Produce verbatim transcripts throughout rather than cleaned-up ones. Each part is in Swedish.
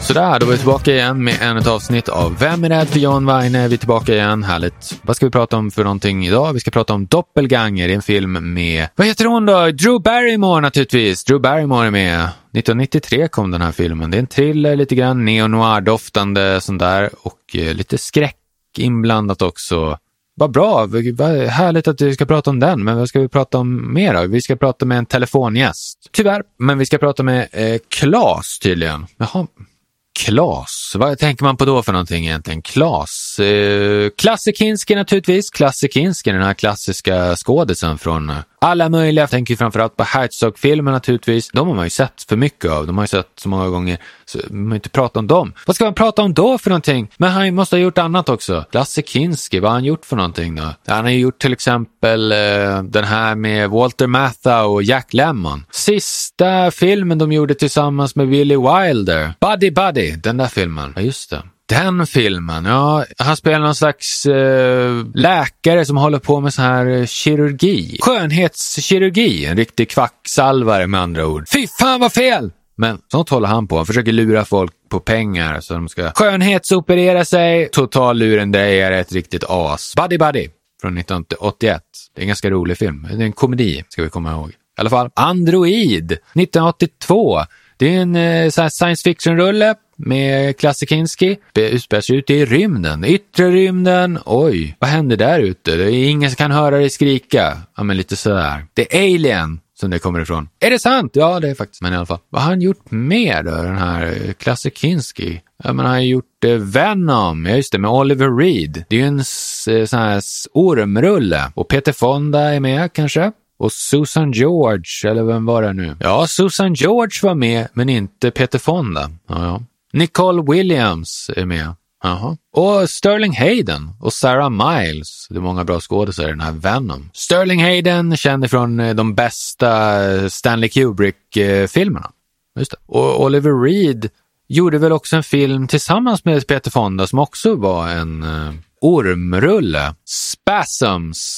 Sådär, då är vi tillbaka igen med ännu ett avsnitt av Vem är rädd för John Wayne? Vi är tillbaka igen, härligt. Vad ska vi prata om för någonting idag? Vi ska prata om Doppelganger, en film med, vad heter hon då? Drew Barrymore naturligtvis. Drew Barrymore är med. nittonhundranittiotre kom den här filmen. Det är en thriller, lite grann neo-noir-doftande sånt där. Och eh, lite skräck inblandat också. Vad bra, vad härligt att vi ska prata om den. Men vad ska vi prata om mer då? Vi ska prata med en telefongäst. Tyvärr, men vi ska prata med eh, Claes tydligen. Jaha. Claes, vad tänker man på då för någonting egentligen? Claes, eh, Klasse Kinski naturligtvis, Klasse Kinski, den här klassiska skådisen från alla möjliga. Jag tänker framförallt på Herzog-filmer naturligtvis. De har man ju sett för mycket av, de har ju sett så många gånger, så man har inte pratat om dem. Vad ska man prata om då för någonting? Men han måste ha gjort annat också. Klasse Kinski, vad har han gjort för någonting då? Han har ju gjort till exempel eh, den här med Walter Matthau och Jack Lemmon. Sista filmen de gjorde tillsammans med Billy Wilder, Buddy Buddy. Den där filmen, ja just det. Den filmen, ja, han spelar någon slags eh, läkare som håller på med så här kirurgi. Skönhetskirurgi, en riktig kvacksalvare med andra ord. Fy fan vad fel! Men sånt håller han på, han försöker lura folk på pengar så de ska skönhetsoperera sig. Total lurendrejare, ett riktigt as. Buddy Buddy från nittonhundraåttioett. Det är en ganska rolig film, det är en komedi ska vi komma ihåg. I alla fall, Android nittonhundraåttiotvå. Det är en eh, så här science fiction-rulle med Klasse Kinski. Det utspelas ut i rymden, yttre rymden. Oj, vad händer där ute? Det är ingen som kan höra dig skrika. Ja, men lite sådär. Det är Alien som det kommer ifrån. Är det sant? Ja, det är faktiskt. Men i alla fall, vad har han gjort mer då, den här Klasse Kinski? Ja, men han har gjort eh, Venom. Ja, just det, med Oliver Reed. Det är ju en eh, sån här ormrulle. Och Peter Fonda är med kanske. Och Susan George, eller vem var det nu? Ja, Susan George var med, men inte Peter Fonda. Ja, ja. Nicole Williams är med. Jaha. Och Sterling Hayden och Sarah Miles. Det är många bra skådespelare i den här Venom. Sterling Hayden känner från de bästa Stanley Kubrick-filmerna. Just det. Och Oliver Reed gjorde väl också en film tillsammans med Peter Fonda som också var en ormrulle. Spasms,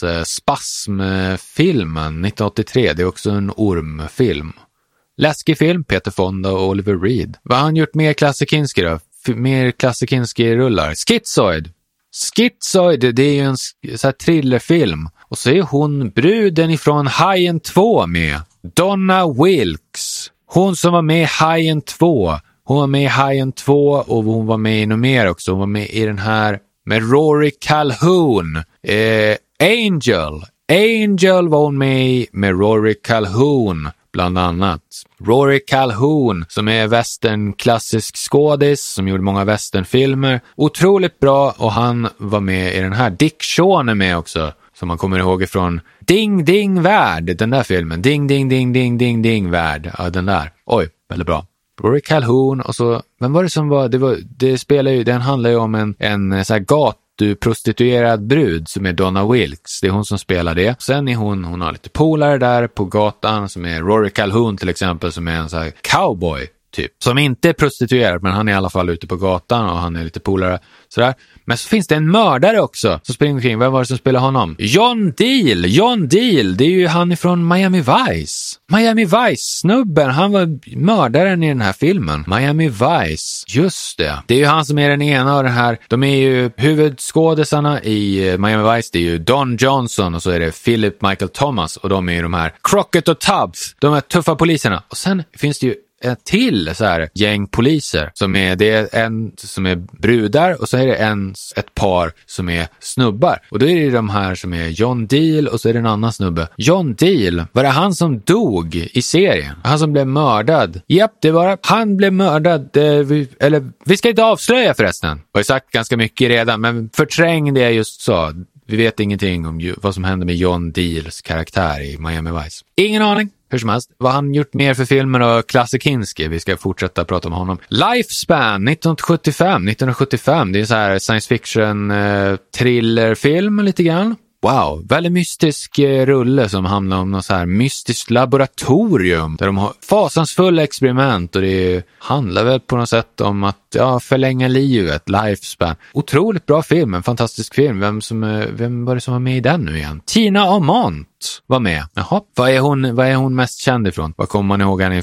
Spasmfilmen nittonhundraåttiotre. Det är också en ormfilm. Läskig film, Peter Fonda och Oliver Reed. Vad har han gjort mer Klasse Kinski då? F- mer Klasse Kinski-rullar. Schizoid. Schizoid, det är ju en så här thrillerfilm. Och så är hon bruden ifrån Hajen två med. Donna Wilkes. Hon som var med i Hajen två. Hon var med i Hajen två och hon var med i något mer också. Hon var med i den här med Rory Calhoun. Eh, Angel. Angel var hon med i med Rory Calhoun. Bland annat Rory Calhoun som är western klassisk skådis som gjorde många westernfilmer. Otroligt bra och han var med i den här. Dick Shawn är med också som man kommer ihåg ifrån Ding Ding Värld, den där filmen. Ding Ding Ding Ding Ding Ding Värld. Ja, den där. Oj, väldigt bra. Rory Calhoun och så, vem var det som var, det var, det spelar ju, den handlar ju om en, en så här gat du prostituerad brud som är Donna Wilkes. Det är hon som spelar det. Sen är hon, hon har lite polare där på gatan som är Rory Calhoun till exempel som är en så här cowboy typ. Som inte är prostituerad men han är i alla fall ute på gatan och han är lite polare sådär. Men så finns det en mördare också som springer omkring. Vem var det som spelar honom? John Deal. John Deal. Det är ju han ifrån Miami Vice. Miami Vice-snubben. Han var mördaren i den här filmen. Miami Vice. Just det. Det är ju han som är den ena av den här. De är ju huvudskådisarna i Miami Vice. Det är ju Don Johnson och så är det Philip Michael Thomas. Och de är ju de här Crockett och Tubbs. De här tuffa poliserna. Och sen finns det ju ett till så här gäng poliser som är, det är en som är brudar och så är det en, ett par som är snubbar. Och då är det de här som är John Deal och så är det en annan snubbe. John Deal, var det han som dog i serien? Han som blev mördad? Japp, det var han blev mördad. Eh, vi, eller, vi ska inte avslöja förresten. Jag har sagt ganska mycket redan, men förträng det jag just sa. Vi vet ingenting om ju, vad som hände med John Deals karaktär i Miami Vice. Ingen aning. Hur som helst, vad han gjort mer för filmer och Klasse Kinski, vi ska fortsätta prata om honom. Lifespan, nittonhundrasjuttiofem, nittonhundrasjuttiofem, det är så här science fiction eh, thrillerfilm lite grann. Wow, väldigt mystisk eh, rulle som handlar om något så här mystiskt laboratorium där de har fasansfulla experiment och det handlar väl på något sätt om att ja, förlänga livet, Lifespan. Otroligt bra film, en fantastisk film. Vem, som, vem var det som var med i den nu igen? Tina Amont var med. Jaha, vad är hon, vad är hon mest känd ifrån? Vad kommer man ihåg henne ifrån?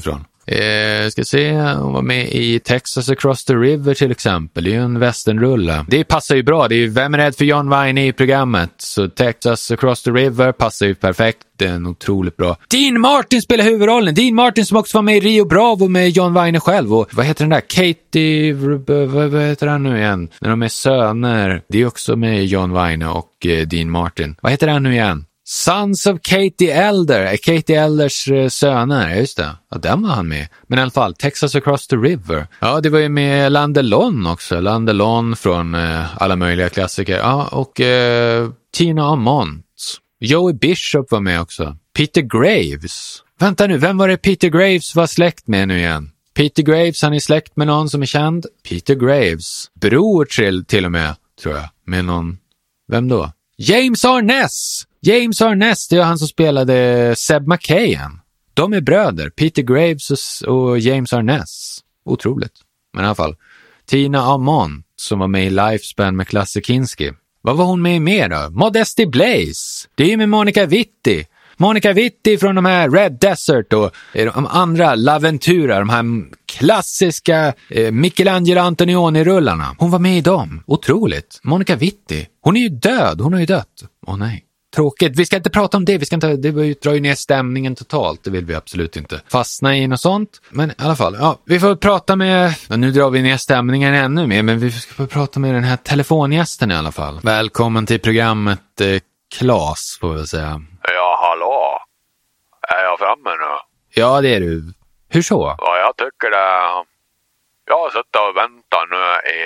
Eh, ska se, hon var med i Texas Across the River till exempel. Det är ju en westernrulle. Det passar ju bra. Det är ju Vem är rädd för John Wayne i programmet. Så Texas Across the River passar ju perfekt. Det är en otroligt bra. Dean Martin spelar huvudrollen. Dean Martin som också var med i Rio Bravo med John Wayne själv. Och vad heter den där? Katie... Vad, vad heter han nu igen? När de är söner. Det är också med John Wayne och eh, Dean Martin. Vad heter han nu igen? Sons of Katie Elder. Katie Elders uh, söner, just det. Ja, den var han med. Men i alla fall, Texas Across the River. Ja, det var ju med Landelon också. Landelon från uh, alla möjliga klassiker. Ja, och uh, Tina Amont. Joey Bishop var med också. Peter Graves. Vänta nu, vem var det Peter Graves var släkt med nu igen? Peter Graves, han är släkt med någon som är känd. Peter Graves. Bror till, till och med, tror jag. Med någon... Vem då? James Arness! James Arness, det är han som spelade Seb McKayen. De är bröder, Peter Graves och James Arness. Otroligt. Men i alla fall, Tina Amont som var med i Lifespan med Klasse Kinski. Vad var hon med i mer då? Modesty Blaze. Det är ju med Monica Vitti. Monica Vitti från de här Red Desert och de andra L'Aventura, de här klassiska eh, Michelangelo Antonioni-rullarna. Hon var med i dem. Otroligt. Monica Vitti. Hon är ju död. Hon har ju dött. Åh nej. Tråkigt. Vi ska inte prata om det. Vi ska inte, det drar ju ner stämningen totalt. Det vill vi absolut inte fastna i något sånt. Men i alla fall, ja, vi får prata med... Ja, nu drar vi ner stämningen ännu mer, men vi ska få prata med den här telefongästen i alla fall. Välkommen till programmet eh, Klas, får vi säga. Ja, hallå. Är jag framme nu? Ja, det är du. Hur så? Ja, jag tycker det... Jag har suttit och väntat nu i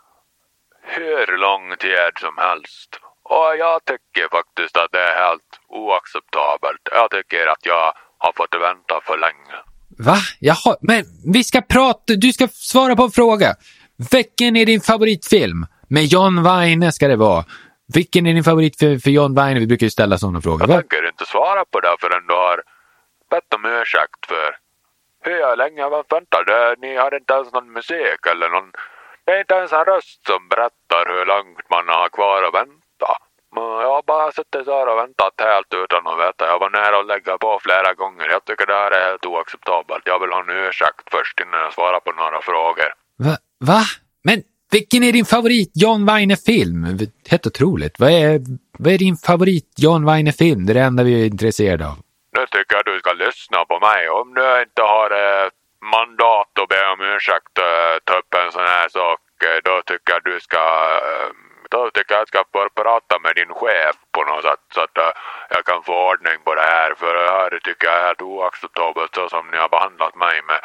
hur lång tid som helst. Och jag tycker faktiskt att det är helt oacceptabelt. Jag tycker att jag har fått vänta för länge. Va? Jaha, men vi ska prata... Du ska svara på en fråga. Vilken är din favoritfilm? Med John Wayne ska det vara. Vilken är din favorit för, för John Wayne? Vi brukar ju ställa sådana frågor. Jag tänker inte svara på det förrän du har bett om ursäkt för hur länge jag har väntat. Ni har inte ens någon musik eller någon... Det är inte ens en röst som berättar hur långt man har kvar att vänta. Men jag har bara suttit så här och väntat helt utan att veta. Jag var nära att lägga på flera gånger. Jag tycker det här är helt oacceptabelt. Jag vill ha en ursäkt först innan jag svarar på några frågor. Va? Va? Men vilken är din favorit John Wayne-film? Helt otroligt. Vad är, vad är din favorit John Wayne-film? Det är det enda vi är intresserade av. Nu tycker jag du ska lyssna på mig. Om du inte har eh, mandat att be om ursäkt eh, ta upp en sån här sak, eh, då tycker jag du ska... Eh, Då tycker jag att jag ska prata med din chef på något sätt så att uh, jag kan få ordning på det här. För det här tycker jag är helt oacceptabelt så som ni har behandlat mig med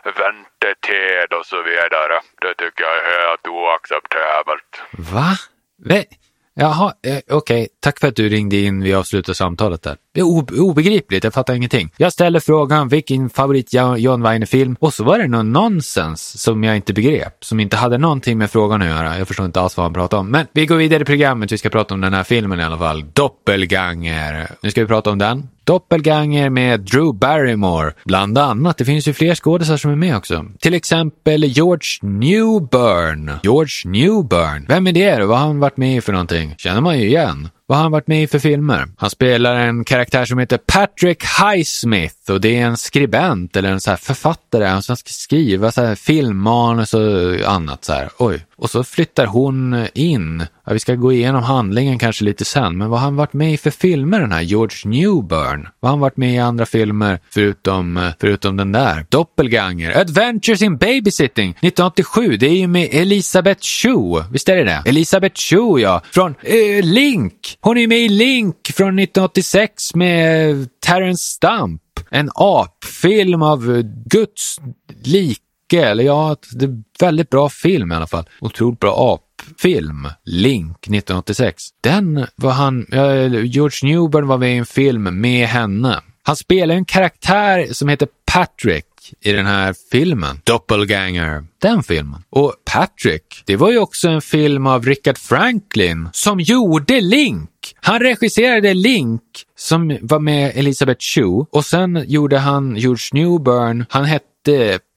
väntetid och så vidare. Det tycker jag är helt oacceptabelt. Va? V- Jaha, eh, okej. Okay. Tack för att du ringde in. Vi avslutar samtalet där. Det är o- obegripligt, jag fattar ingenting. Jag ställer frågan, vilken favorit John Wayne-film? Och så var det någon nonsens som jag inte begrep. Som inte hade någonting med frågan att göra. Jag förstår inte alls vad han pratar om. Men vi går vidare i programmet. Vi ska prata om den här filmen i alla fall. Doppelganger. Nu ska vi prata om den. Doppelganger med Drew Barrymore. Bland annat. Det finns ju fler skådespelare som är med också. Till exempel George Newbern. George Newbern. Vem är det då? Vad har han varit med i för någonting? Känner man ju igen. Vad har han varit med i för filmer? Han spelar en karaktär som heter Patrick Highsmith och det är en skribent eller en så här författare som ska skriva så här filmmanus och annat så här. Oj. Och så flyttar hon in. Ja, vi ska gå igenom handlingen kanske lite sen, men vad har han varit med i för filmer den här George Newbern? Vad har han varit med i andra filmer förutom, förutom den där? Doppelganger. Adventures in Babysitting nittonhundraåttiosju. Det är ju med Elisabeth Shue. Visst är det det? Elisabeth Shue, ja. Från äh, Link. Hon är med i Link från nittonhundraåttiosex med Terrence Stamp. En apfilm av Guds like. Eller ja, det är väldigt bra film i alla fall. Otroligt bra apfilm. Link nittonhundraåttiosex. Den var han, ja, George Newbern var med i en film med henne. Han spelar en karaktär som heter Patrick i den här filmen. Doppelganger. Den filmen. Och Patrick, det var ju också en film av Richard Franklin som gjorde Link. Han regisserade Link som var med Elisabeth Shue. Och sen gjorde han George Newbern. Han hette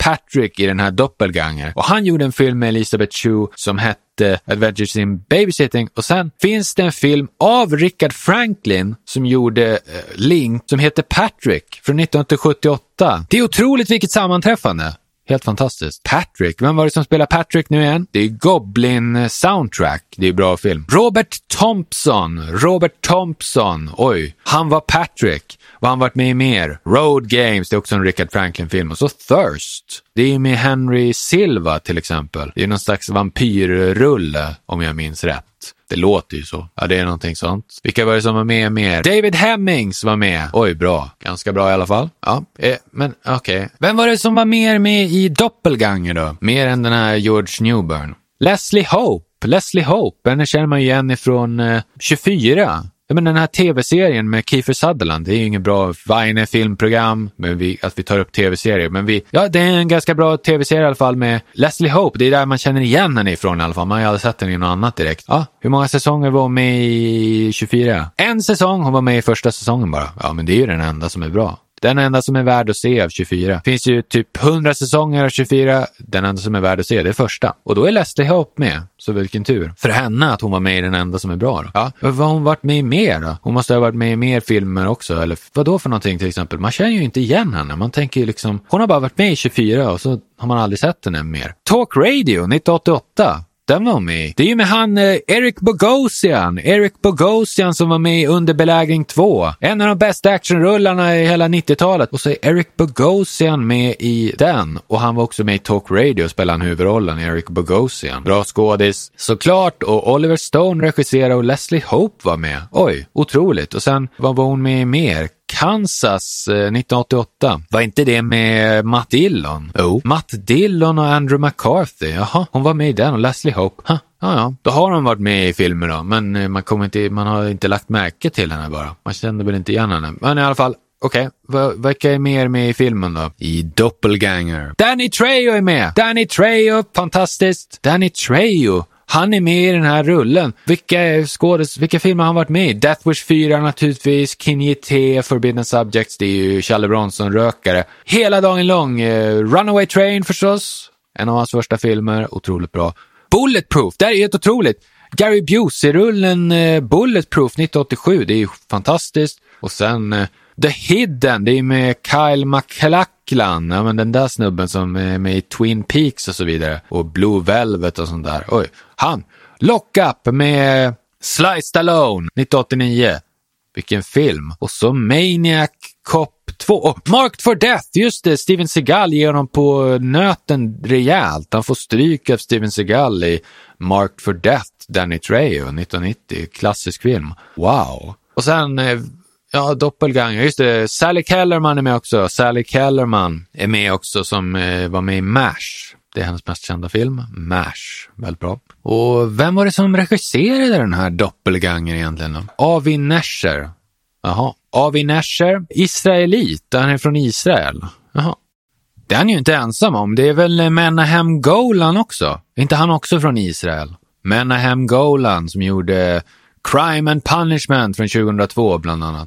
Patrick i den här Doppelganger. Och han gjorde en film med Elizabeth Shue som hette Adventures in Babysitting. Och sen finns det en film av Richard Franklin som gjorde eh, Link som heter Patrick från nittonhundrasjuttioåtta. Det är otroligt vilket sammanträffande. Helt fantastiskt. Patrick, vem var det som spelar Patrick nu igen? Det är Goblin Soundtrack. Det är bra film. Robert Thompson. Robert Thompson. Oj, han var Patrick. Vad har han varit med i mer? Road Games, det är också en Richard Franklin-film. Och så Thirst. Det är med Henry Silva till exempel. Det är någon slags vampyrrulle om jag minns rätt. Det låter ju så. Ja, det är någonting sånt. Vilka var det som var med mer? David Hemmings var med. Oj, bra. Ganska bra i alla fall. Ja, eh, men okej. Okay. Vem var det som var mer med i Doppelganger då? Mer än den här George Newbern. Leslie Hope. Leslie Hope. Henne känner man ju igen ifrån eh, tjugofyra. Ja, men den här tv-serien med Kiefer Sutherland, det är ju ingen bra Vine-filmprogram, men vi, att vi tar upp tv-serier. Men vi, ja, det är en ganska bra tv-serie i alla fall med Leslie Hope. Det är där man känner igen henne ifrån i alla fall. Man har ju aldrig sett henne i något annat direkt. Ja, hur många säsonger var hon med i tjugofyra? En säsong, hon var med i första säsongen bara. Ja, men det är ju den enda som är bra. Den enda som är värd att se av tjugofyra. Det finns ju typ hundra säsonger av tjugofyra. Den enda som är värd att se, det är första. Och då är Leslie Hope med. Så vilken tur. För henne att hon var med i den enda som är bra då. Ja, vad har hon varit med i mer då? Hon måste ha varit med i mer filmer också. Eller vad då för någonting till exempel? Man känner ju inte igen henne. Man tänker ju liksom, hon har bara varit med i tjugofyra och så har man aldrig sett henne mer. Talk Radio nittonhundraåttioåtta. Den var med. Det är ju med han eh, Eric Bogosian. Eric Bogosian som var med i Under belägring två. En av de bästa actionrullarna i hela nittiotalet. Och så är Eric Bogosian med i den. Och han var också med i Talk Radio och spelade han huvudrollen, Eric Bogosian. Bra skådis. Såklart. Och Oliver Stone regisserade och Leslie Hope var med. Oj, otroligt. Och sen vad var hon med i mer? Kansas eh, nittonhundraåttioåtta. Var inte det med Matt Dillon? Jo. Oh. Matt Dillon och Andrew McCarthy. Jaha, hon var med i den och Leslie Hope. Ha, ja, ja. Då har hon varit med i filmer då. Men eh, man, kommer inte, man har inte lagt märke till henne bara. Man kände väl inte igen henne. Men i alla fall, okej. Okay. Vilka är mer med i filmen då? I Doppelganger. Danny Trejo är med! Danny Trejo, fantastiskt! Danny Trejo. Han är med i den här rullen. Vilka skådes, vilka filmer har han varit med i? Death Wish fyra naturligtvis, Kinjite, Forbidden Subjects, det är ju Charlie Bronson-rökare. Hela dagen lång. Eh, Runaway Train förstås. En av hans första filmer, otroligt bra. Bulletproof, det är helt otroligt. Gary Busey-rullen eh, Bulletproof nittonhundraåttiosju, det är ju fantastiskt. Och sen eh, The Hidden, det är med Kyle MacLachlan, ja, men den där snubben som är med i Twin Peaks och så vidare. Och Blue Velvet och sånt där. Oj, han. Lock Up med Sly Stallone nittonhundraåttionio. Vilken film. Och så Maniac Cop två. Och Marked for Death, just det. Steven Seagal ger honom på nöten rejält. Han får stryk av Steven Seagal i Marked for Death, Danny Trejo nittonhundranittio. Klassisk film. Wow. Och sen... Ja, Doppelganger, just det. Sally Kellerman är med också. Sally Kellerman är med också som eh, var med i MASH. Det är hennes mest kända film. MASH, väldigt bra. Och vem var det som regisserade den här Doppelganger egentligen då? Avi Nesher. Jaha. Avi Nesher, israelit. Han är från Israel. Jaha. Det är han ju inte ensam om. Det är väl Menahem Golan också. Är inte han också från Israel? Menahem Golan som gjorde... Crime and Punishment från tjugohundratvå bland annat.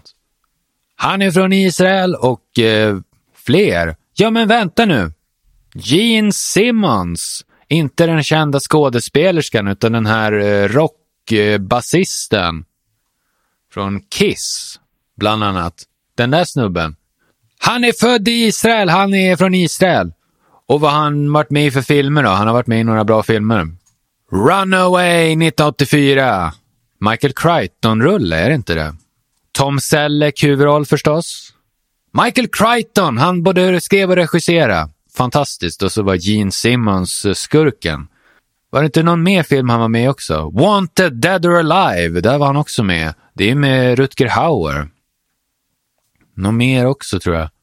Han är från Israel och eh, fler. Ja men vänta nu. Gene Simmons. Inte den kända skådespelerskan utan den här eh, rockbasisten. Eh, från Kiss bland annat. Den där snubben. Han är född i Israel. Han är från Israel. Och vad har han varit med i för filmer då? Han har varit med i några bra filmer. Runaway nittonhundraåttiofyra. Michael Crichton-rulle, är det inte det? Tom Selleck, huvudroll förstås. Michael Crichton, han både skrev och regissera. Fantastiskt, och så var Gene Simmons skurken. Var det inte någon mer film han var med också? Wanted, Dead or Alive, där var han också med. Det är med Rutger Hauer. Någon mer också tror jag.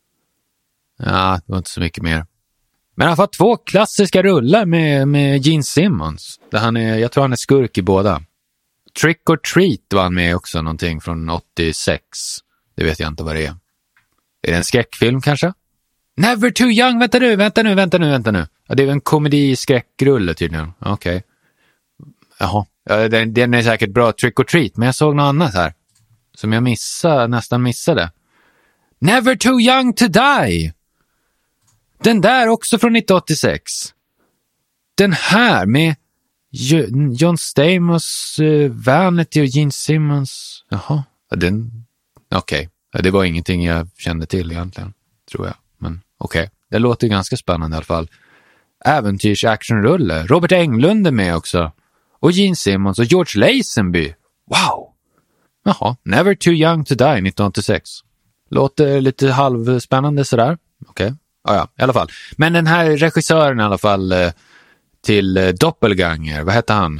Ja, det var inte så mycket mer. Men han har fått två klassiska rullar med, med Gene Simmons. Där han är, jag tror han är skurk i båda. Trick or Treat var han med också, någonting från åttiosex. Det vet jag inte vad det är. Är det en skräckfilm kanske? Never Too Young, vänta nu, vänta nu, vänta nu, vänta nu. Ja, det är en komedi-skräckrulle tydligen. Okej. Okay. Jaha, ja, den, den är säkert bra, Trick or Treat, men jag såg något annat här. Som jag missade, nästan missade. Never Too Young to Die! Den där också från nittonhundraåttiosex. Den här med John Stamos, uh, Vanity och Gene Simmons. Jaha, den... Okej, okay. Det var ingenting jag kände till egentligen, tror jag. Men okej, okay. Det låter ganska spännande i alla fall. Äventyrs actionrulle. Robert Englund är med också. Och Gene Simmons och George Lazenby. Wow! Jaha, Never Too Young to Die nittonhundraåttiosex. Låter lite halvspännande sådär. Okej, okay. ah, ja, i alla fall. Men den här regissören i alla fall eh, till eh, Doppelganger, vad heter han?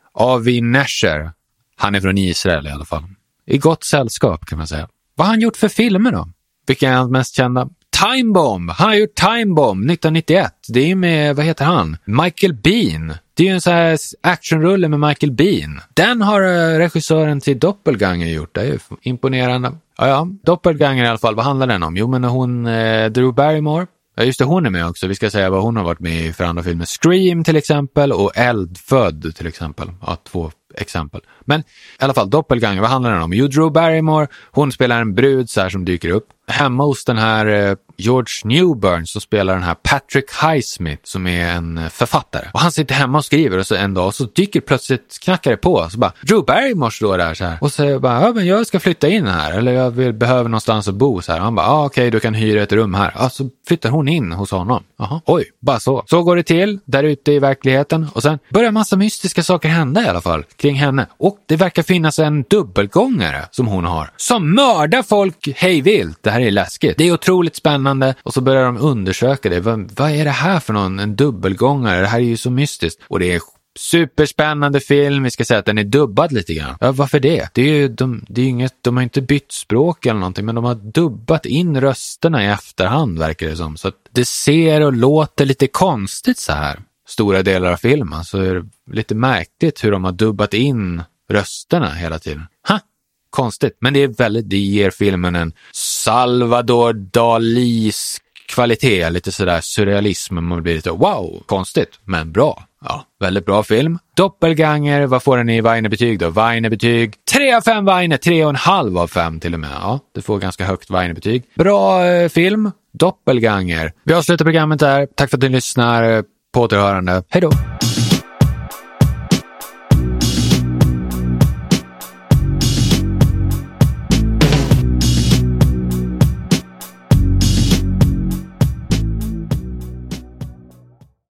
Avi Nesher. Han är från Israel i alla fall. I gott sällskap kan man säga. Vad har han gjort för filmer då? Vilka är hans mest kända? Time Bomb! Han har gjort Time Bomb nittonhundranittioett. Det är med, vad heter han? Michael Biehn. Det är ju en sån här actionrulle med Michael Biehn. Den har regissören till Doppelganger gjort. Det är ju imponerande. Ja, ja. Doppelganger i alla fall. Vad handlar den om? Jo, men hon, eh, Drew Barrymore. Ja, just det, hon är med också. Vi ska säga vad hon har varit med i för andra filmer. Scream till exempel och Eldfödd till exempel. Ja, två exempel. Men i alla fall, Doppelganger, vad handlar den om? Jo, Drew Barrymore, hon spelar en brud så här som dyker upp. Hemma hos den här eh, George Newbern så spelar den här Patrick Highsmith som är en eh, författare. Och han sitter hemma och skriver och så en dag så dyker plötsligt knackar det på. Så bara, Drew Barrymore står där så här. Och så bara, ja men jag ska flytta in här. Eller jag vill, behöver någonstans att bo så här. Och han bara, ja ah, okej okay, du kan hyra ett rum här. Ja, så flyttar hon in hos honom. Aha. Oj, bara så. Så går det till där ute i verkligheten. Och sen börjar massa mystiska saker hända i alla fall kring henne. Och det verkar finnas en dubbelgångare som hon har. Som mördar folk hejvilt. Det här är läskigt. Det är otroligt spännande. Och så börjar de undersöka det. Vad, vad är det här för någon? En dubbelgångare. Det här är ju så mystiskt. Och det är superspännande film. Vi ska säga att den är dubbad lite grann. Ja, varför det? Det är ju de, det är inget, de har inte bytt språk eller någonting. Men de har dubbat in rösterna i efterhand verkar det som. Så att det ser och låter lite konstigt så här. Stora delar av filmen. Så är det lite märkligt hur de har dubbat in rösterna hela tiden. Ha! Konstigt, men det är väldigt, det ger filmen en Salvador Dalis kvalitet, lite sådär surrealism, man blir lite wow, konstigt, men bra. Ja, väldigt bra film. Doppelganger, vad får den i Weine-betyg då? Weine-betyg, tre av fem Weine, tre och en halv av fem till och med. Ja, du får ganska högt Weine-betyg. Bra eh, film, Doppelganger. Vi avslutar programmet där. Tack för att du lyssnar. På återhörande. Hej då!